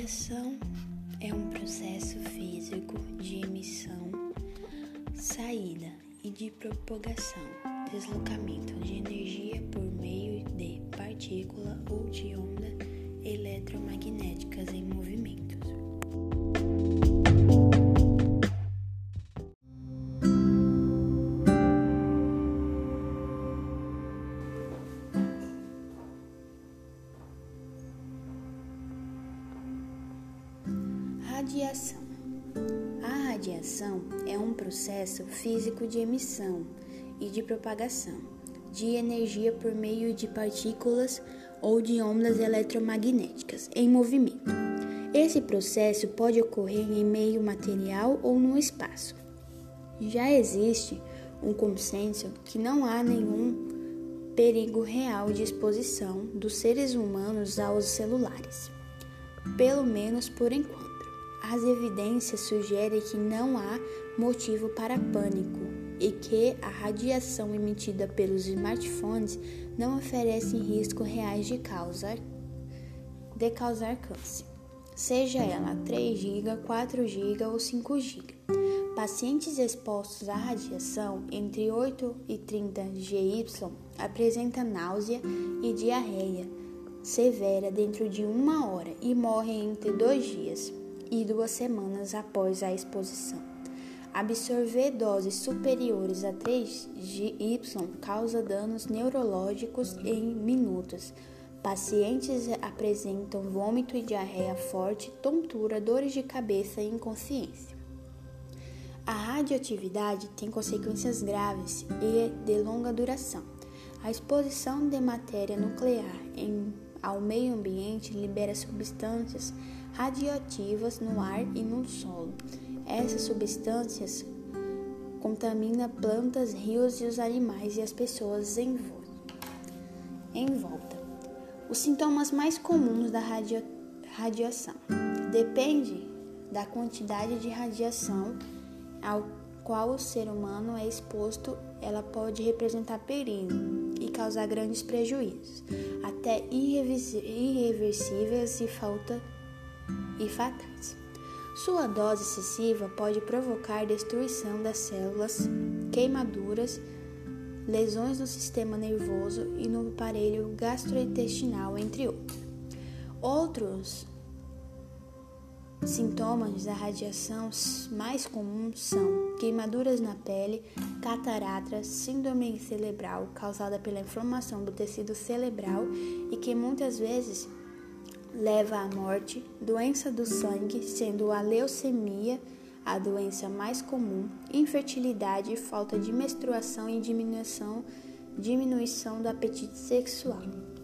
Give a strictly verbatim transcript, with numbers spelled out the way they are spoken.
Radiação é um processo físico de emissão, saída e de propagação, deslocamento de energia por meio de partícula ou de ondas eletromagnéticas em movimentos. Radiação. A radiação é um processo físico de emissão e de propagação de energia por meio de partículas ou de ondas eletromagnéticas em movimento. Esse processo pode ocorrer em meio material ou no espaço. Já existe um consenso que não há nenhum perigo real de exposição dos seres humanos aos celulares, pelo menos por enquanto. As evidências sugerem que não há motivo para pânico e que a radiação emitida pelos smartphones não oferece riscos reais de causar, de causar câncer, seja ela três gigas, quatro gigas ou cinco gigas. Pacientes expostos à radiação entre oito e trinta Gy apresentam náusea e diarreia severa dentro de uma hora e morrem entre dois dias e duas semanas após a exposição. Absorver doses superiores a três Gy causa danos neurológicos em minutos. Pacientes apresentam vômito e diarreia forte, tontura, dores de cabeça e inconsciência. A radioatividade tem consequências graves e de longa duração. A exposição de matéria nuclear em, ao meio ambiente libera substâncias radioativas no ar e no solo. Essas substâncias contaminam plantas, rios e os animais e as pessoas em volta. Os sintomas mais comuns da radio, radiação depende da quantidade de radiação ao qual o ser humano é exposto. Ela pode representar perigo e causar grandes prejuízos, até irreversíveis e falta e fatais. Sua dose excessiva pode provocar destruição das células, queimaduras, lesões no sistema nervoso e no aparelho gastrointestinal, entre outros. Outros sintomas da radiação mais comuns são queimaduras na pele, cataratas, síndrome cerebral causada pela inflamação do tecido cerebral e que muitas vezes leva à morte, doença do sangue, sendo a leucemia a doença mais comum, infertilidade, falta de menstruação e diminuição, diminuição do apetite sexual.